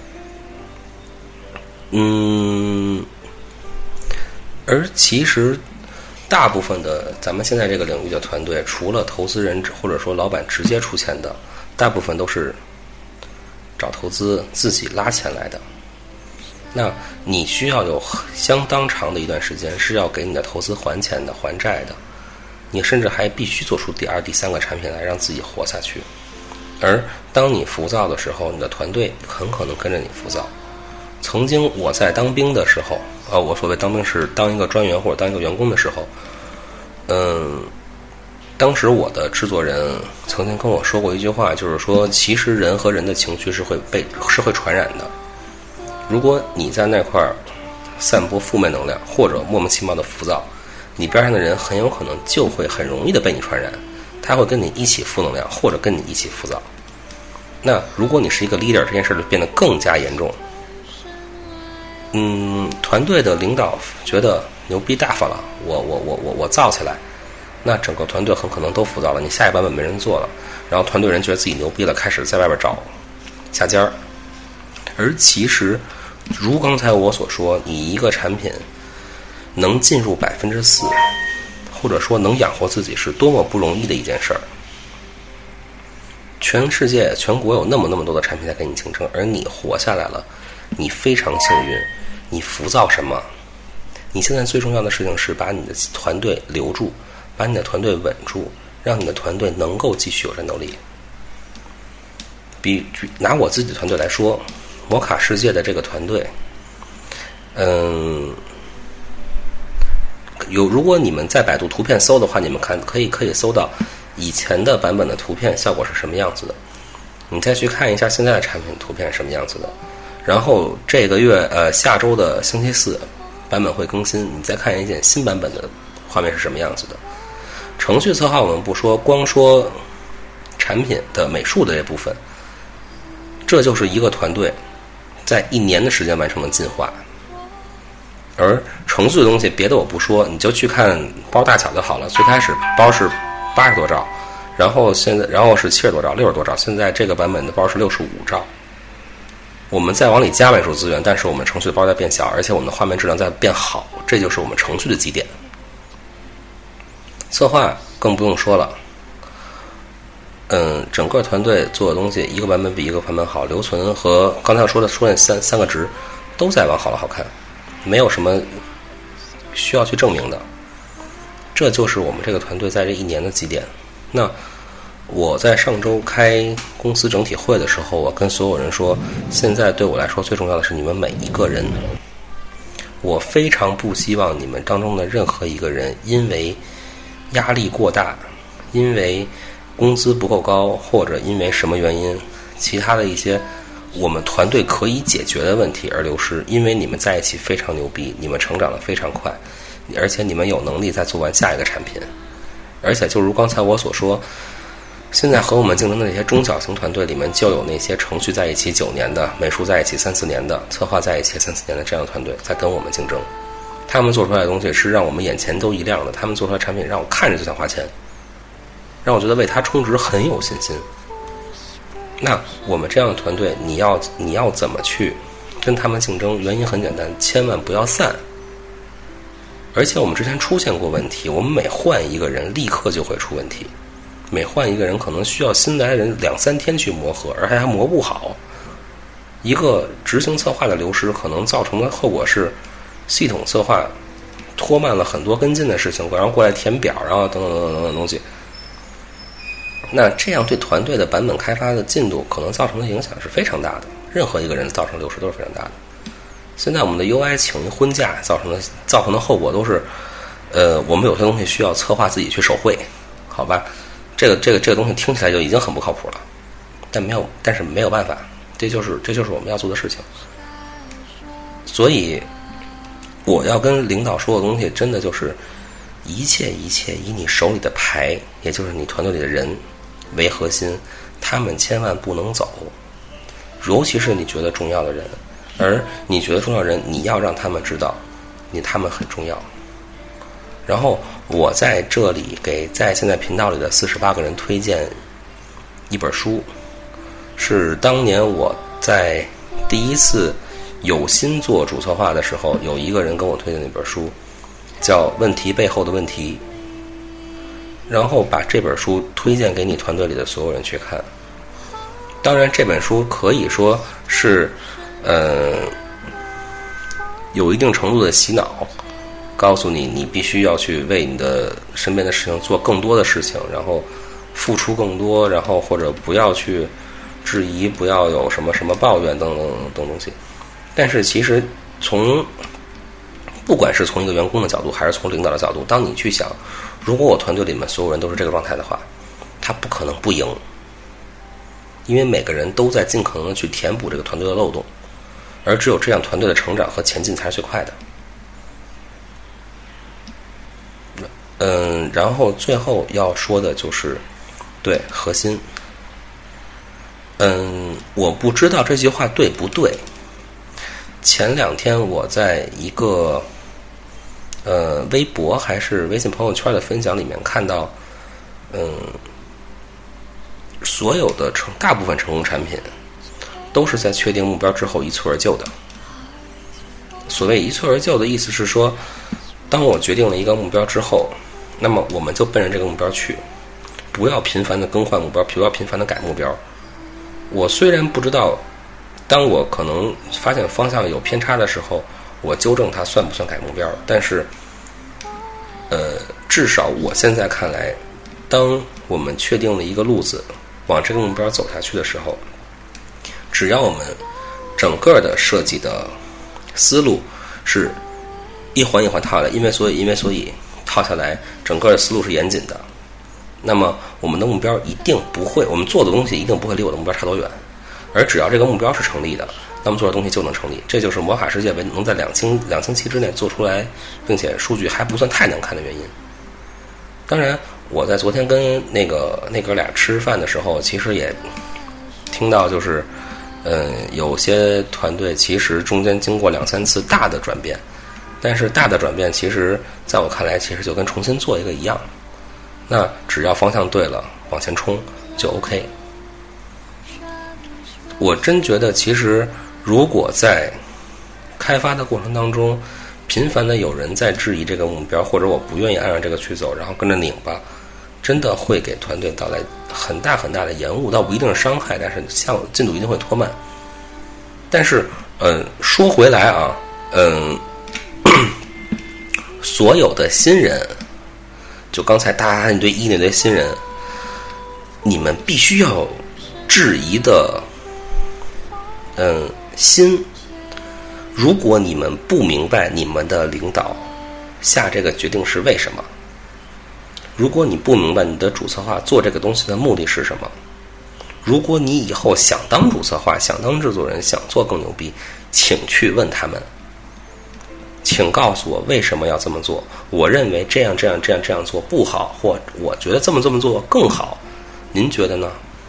而其实大部分的咱们现在这个领域的团队，除了投资人或者说老板直接出钱的，大部分都是找投资自己拉钱来的。那你需要有相当长的一段时间是要给你的投资还钱的、还债的，你甚至还必须做出第2、第3个产品来让自己活下去。而当你浮躁的时候，你的团队很可能跟着你浮躁。曾经我在当兵的时候，我所谓当兵是当一个专员或者当一个员工的时候，当时我的制作人曾经跟我说过一句话，就是说，其实人和人的情绪是会传染的。如果你在那块散播负面能量，或者莫名其妙的浮躁，你边上的人很有可能就会很容易的被你传染，他会跟你一起负能量，或者跟你一起浮躁。那如果你是一个 leader， 这件事就变得更加严重。团队的领导觉得牛逼大发了，我造起来，那整个团队很可能都浮躁了，你下一版本没人做了，然后团队人觉得自己牛逼了，开始在外边找下家儿。而其实如刚才我所说，你一个产品能进入4%，或者说能养活自己，是多么不容易的一件事儿。全世界全国有那么多的产品在跟你竞争，而你活下来了，你非常幸运。你浮躁什么？你现在最重要的事情是把你的团队留住，把你的团队稳住，让你的团队能够继续有战斗力。拿我自己的团队来说，摩卡世界的这个团队，如果你们在百度图片搜的话，你们可以搜到以前的版本的图片效果是什么样子的，你再去看一下现在的产品图片是什么样子的。然后这个月下周的星期4版本会更新，你再看一件新版本的画面是什么样子的。程序策划我们不说，光说产品的美术的这部分，这就是一个团队在1年的时间完成了进化。而程序的东西别的我不说，你就去看包大小就好了。最开始包是80多兆，然后是70多兆、60多兆，现在这个版本的包是65兆。我们再往里加美术资源，但是我们程序的包在变小，而且我们的画面质量在变好，这就是我们程序的基点。策划更不用说了，整个团队做的东西一个版本比一个版本好，留存和刚才说那三个值都在往好了好看，没有什么需要去证明的。这就是我们这个团队在这1年的基点。那我在上周开公司整体会的时候，我跟所有人说，现在对我来说最重要的是你们每一个人。我非常不希望你们当中的任何一个人因为压力过大，因为工资不够高，或者因为什么原因，其他的一些我们团队可以解决的问题而流失。因为你们在一起非常牛逼，你们成长得非常快，而且你们有能力再做完下一个产品。而且就如刚才我所说，现在和我们竞争的那些中小型团队里面，就有那些程序在一起9年的，美术在一起3-4年的，策划在一起3-4年的这样的团队在跟我们竞争。他们做出来的东西是让我们眼前都一亮的，他们做出来的产品让我看着就想花钱，让我觉得为它充值很有信心。那我们这样的团队，你要怎么去跟他们竞争？原因很简单，千万不要散。而且我们之前出现过问题，我们每换一个人立刻就会出问题，每换一个人可能需要新来的人2-3天去磨合，而还磨不好。一个执行策划的流失可能造成的后果是系统策划拖慢了很多跟进的事情，然后过来填表，然后等等东西。那这样对团队的版本开发的进度可能造成的影响是非常大的，任何一个人造成流失都是非常大的。现在我们的 UI 请一婚假造成的后果都是，我们有些东西需要策划自己去手绘， 好吧，这个东西听起来就已经很不靠谱了，但是没有办法，这就是我们要做的事情。所以我要跟领导说的东西，真的就是一切以你手里的牌，也就是你团队里的人为核心，他们千万不能走，尤其是你觉得重要的人，而你觉得重要的人，你要让他们知道他们很重要。然后我在这里给在现在频道里的48个人推荐一本书，是当年我在第一次有心做主策划的时候，有一个人跟我推荐那本书，叫《问题背后的问题》，然后把这本书推荐给你团队里的所有人去看。当然这本书可以说是有一定程度的洗脑，告诉你必须要去为你的身边的事情做更多的事情，然后付出更多，然后或者不要去质疑，不要有什么抱怨等等东西。但是其实不管是从一个员工的角度还是从领导的角度，当你去想，如果我团队里面所有人都是这个状态的话，他不可能不赢，因为每个人都在尽可能的去填补这个团队的漏洞，而只有这样团队的成长和前进才是最快的。然后最后要说的就是对核心。我不知道这句话对不对。前2天我在一个微博还是微信朋友圈的分享里面看到，所有的大部分成功产品都是在确定目标之后一蹴而就的。所谓一蹴而就的意思是说，当我决定了一个目标之后，那么我们就奔着这个目标去，不要频繁的更换目标，不要频繁的改目标。我虽然不知道，当我可能发现方向有偏差的时候，我纠正它算不算改目标，但是至少我现在看来，当我们确定了一个路子往这个目标走下去的时候，只要我们整个的设计的思路是一环一环套下来，因为所以套下来，整个的思路是严谨的，那么我们的目标一定不会，我们做的东西一定不会离我的目标差多远。而只要这个目标是成立的，那么做的东西就能成立。这就是魔法世界能在两星期之内做出来，并且数据还不算太难看的原因。当然，我在昨天跟那哥俩吃饭的时候，其实也听到就是有些团队其实中间经过2-3次大的转变，但是大的转变其实在我看来其实就跟重新做一个一样，那只要方向对了往前冲就 OK。 我真觉得其实如果在开发的过程当中频繁的有人在质疑这个目标，或者我不愿意按照这个去走，然后跟着拧巴，真的会给团队带来很大很大的延误，倒不一定是伤害，但是进度一定会拖慢。但是说回来啊，所有的新人，就刚才大家那堆新人，你们必须要质疑的心。如果你们不明白你们的领导下这个决定是为什么，如果你不明白你的主策划做这个东西的目的是什么，如果你以后想当主策划，想当制作人，想做更牛逼，请去问他们，请告诉我为什么要这么做，我认为这样做不好，或我觉得这么做更好，您觉得呢？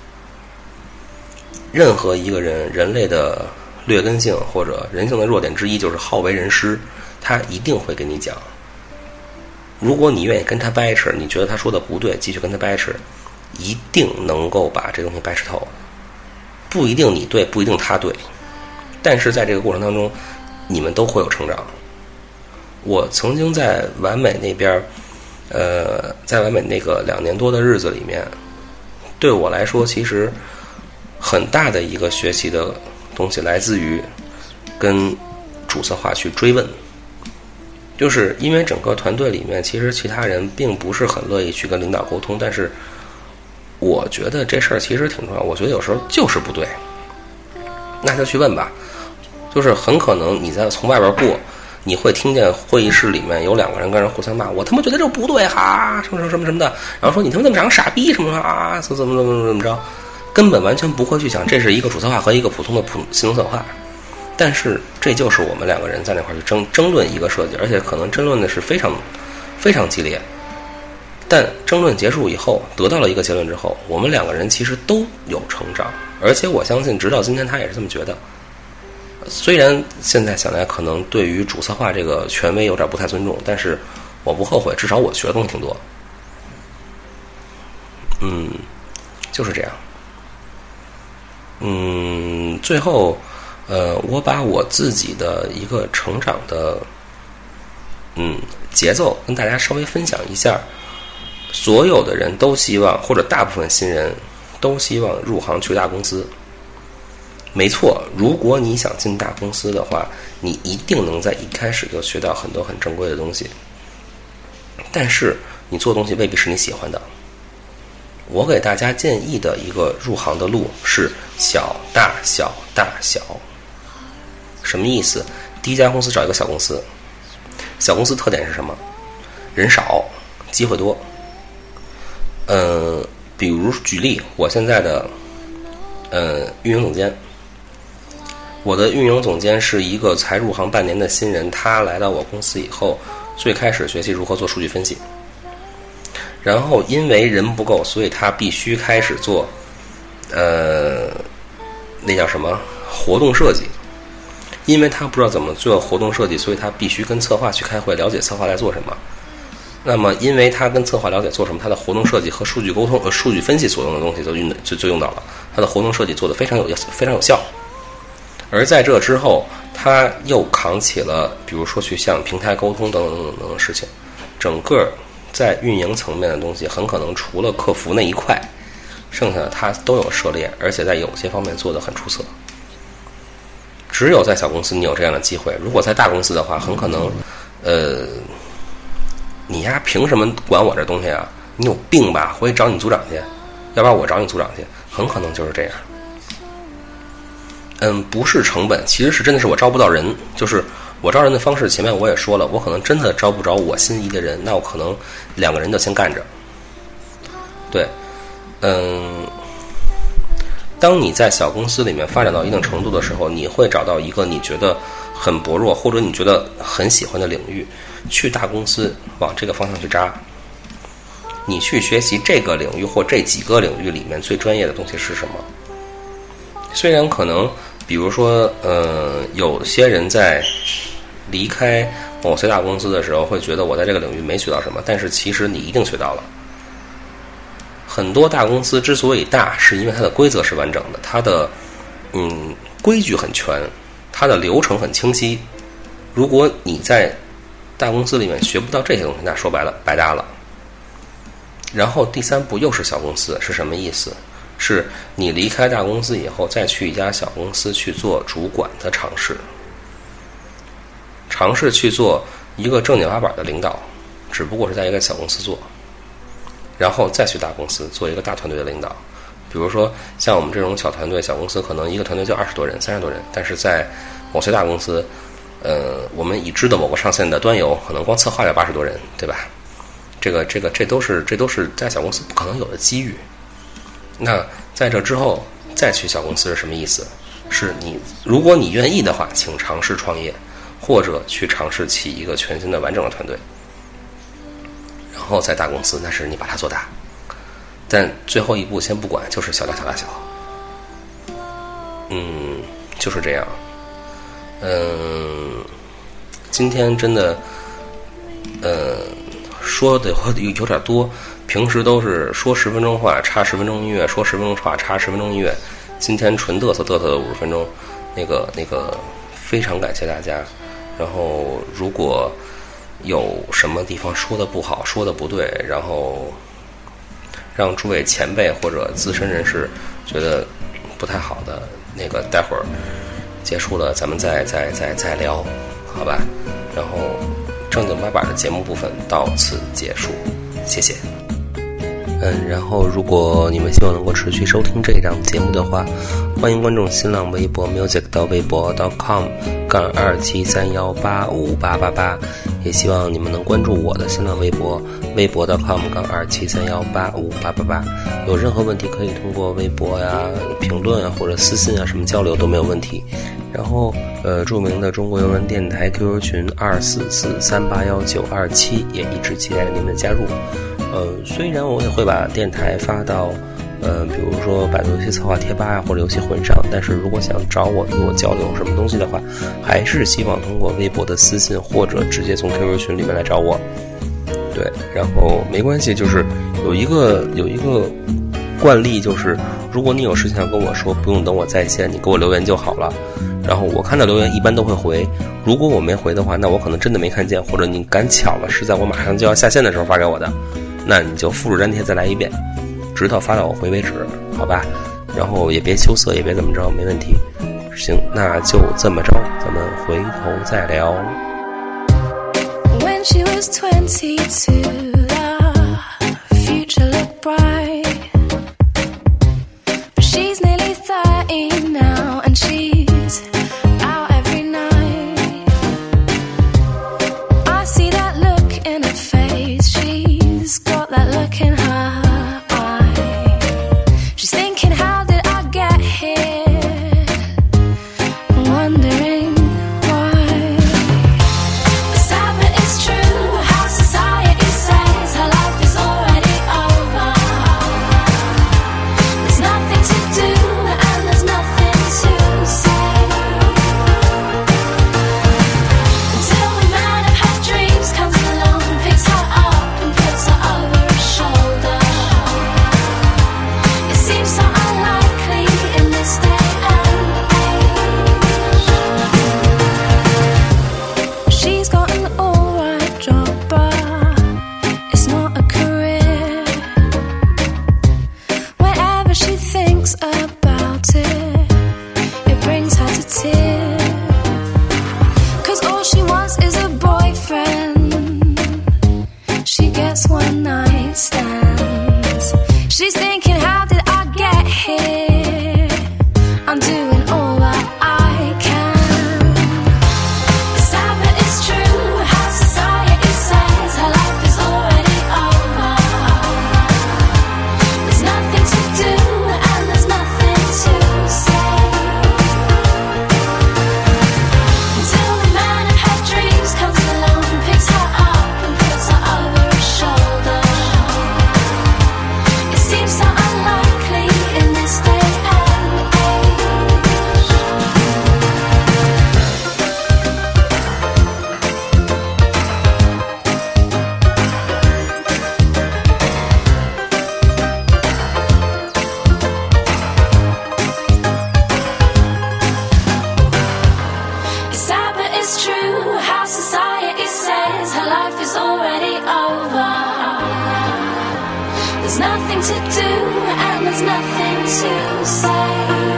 任何一个人类的劣根性或者人性的弱点之一就是好为人师，他一定会跟你讲。如果你愿意跟他掰扯，你觉得他说的不对，继续跟他掰扯，一定能够把这东西掰扯透。不一定你对，不一定他对，但是在这个过程当中，你们都会有成长。我曾经在完美那边，在完美那个2年多的日子里面，对我来说，其实很大的一个学习的东西来自于跟主策划去追问，就是因为整个团队里面其实其他人并不是很乐意去跟领导沟通，但是我觉得这事儿其实挺重要，我觉得有时候就是不对，那就去问吧。就是很可能你在从外边过， 你会听见会议室里面有2个人跟人互相骂，我他妈觉得这不对哈，什么什么什么的，然后说你他妈怎么长个傻逼什么啊，怎么着，根本完全不会去想这是一个主策划和一个普通的行动策划。但是这就是我们2个人在那块去争论一个设计，而且可能争论的是非常非常激烈。但争论结束以后，得到了一个结论之后，我们2个人其实都有成长，而且我相信直到今天他也是这么觉得。虽然现在想来可能对于主策划这个权威有点不太尊重，但是我不后悔，至少我学的东西挺多。就是这样。最后我把我自己的一个成长的节奏跟大家稍微分享一下。所有的人都希望，或者大部分新人都希望入行去大公司。没错，如果你想进大公司的话，你一定能在一开始就学到很多很正规的东西。但是你做东西未必是你喜欢的。我给大家建议的一个入行的路是小大小大小。什么意思？第一家公司找一个小公司，小公司特点是什么？人少，机会多。比如举例，我现在的运营总监，我的运营总监是一个才入行半年的新人，他来到我公司以后，最开始学习如何做数据分析，然后因为人不够，所以他必须开始做那叫什么活动设计。因为他不知道怎么做活动设计，所以他必须跟策划去开会，了解策划在做什么。那么因为他跟策划了解做什么，他的活动设计和数据沟通数据分析所用的东西就用到了，他的活动设计做得非常有效。而在这之后，他又扛起了比如说去向平台沟通等等的事情，整个在运营层面的东西很可能除了客服那一块，剩下的他都有涉猎，而且在有些方面做得很出色。只有在小公司你有这样的机会，如果在大公司的话，很可能你呀凭什么管我这东西啊？你有病吧？回去找你组长去，要不然我找你组长去，很可能就是这样。不是成本，其实是真的是我招不到人。就是我招人的方式，前面我也说了，我可能真的招不着我心仪的人，那我可能2个人就先干着。对，当你在小公司里面发展到一定程度的时候，你会找到一个你觉得很薄弱或者你觉得很喜欢的领域，去大公司往这个方向去扎。你去学习这个领域或这几个领域里面最专业的东西是什么。虽然可能比如说有些人在离开某些大公司的时候会觉得我在这个领域没学到什么，但是其实你一定学到了。很多大公司之所以大，是因为它的规则是完整的，它的规矩很全，它的流程很清晰。如果你在大公司里面学不到这些东西，那说白了白搭了。然后第3步又是小公司，是什么意思？是你离开大公司以后，再去一家小公司去做主管的尝试去做一个正经八百的领导，只不过是在一个小公司做，然后再去大公司做一个大团队的领导。比如说像我们这种小团队、小公司，可能一个团队就20多人、30多人，但是在某些大公司，我们已知的某个上线的端游，可能光策划要80多人，对吧？这都是在小公司不可能有的机遇。那在这之后再去小公司是什么意思？是如果你愿意的话，请尝试创业，或者去尝试起一个全新的完整的团队。然后在大公司，那是你把它做大。但最后一步先不管，就是小大小大小。就是这样。今天真的说的有点多，平时都是说10分钟话插10分钟音乐，说10分钟话插10分钟音乐，今天纯嘚瑟的50分钟，那个非常感谢大家。然后如果有什么地方说的不好，说的不对，然后让诸位前辈或者资深人士觉得不太好的，待会儿结束了咱们再聊，好吧？然后正经八百的节目部分到此结束，谢谢。 然后如果你们希望能够持续收听这一档节目的话，欢迎关注新浪微博 music 到微博 .com-273185888，也希望你们能关注我的新浪微博微博 .com-273185888，有任何问题可以通过微博呀、评论啊或者私信啊什么交流都没有问题。然后著名的中国邮人电台 QQ 群244381927也一直期待着您的加入。虽然我也会把电台发到比如说百度游戏策划贴吧啊或者游戏混上，但是如果想找我与我交流什么东西的话，还是希望通过微博的私信或者直接从 QQ 群里面来找我。对，然后没关系，就是有一个惯例，就是如果你有事情想跟我说，不用等我在线，你给我留言就好了。然后我看到留言一般都会回，如果我没回的话，那我可能真的没看见，或者你赶巧了是在我马上就要下线的时候发给我的，那你就复制粘贴再来一遍，直到发到我回为止，好吧？然后也别羞涩，也别怎么着，没问题。行，那就这么着，咱们回头再聊。 When she was 22, the future looked bright. But she's nearly 30 now, and she's out every night. I see that look in her face, she's got that look in her eye. She's thinking, how did I get here? Wondering why. Sad but it's true, how society says her life is already over. There's nothing to do and there's nothing to say. Until the man of her dreams comes along, picks her up and puts her over his shoulder. It seems so unlikely in this day and age. She's got an alright job, but it's not a career. Whenever she thinks about it, it brings her to tears. 'Cause all she wants is a boyfriend. She gets one night stands. She's thinking, how did I get here? I'm doing all that I can. Sad but it's true, how society says her life is already over. There's nothing to do and there's nothing to say. Until the man of her dreams comes along, picks her up and puts her over his shoulder. It seems so unlikely in this day and age. It's sad but it's true, how society says her life is already over. There's nothing to do and there's nothing to say.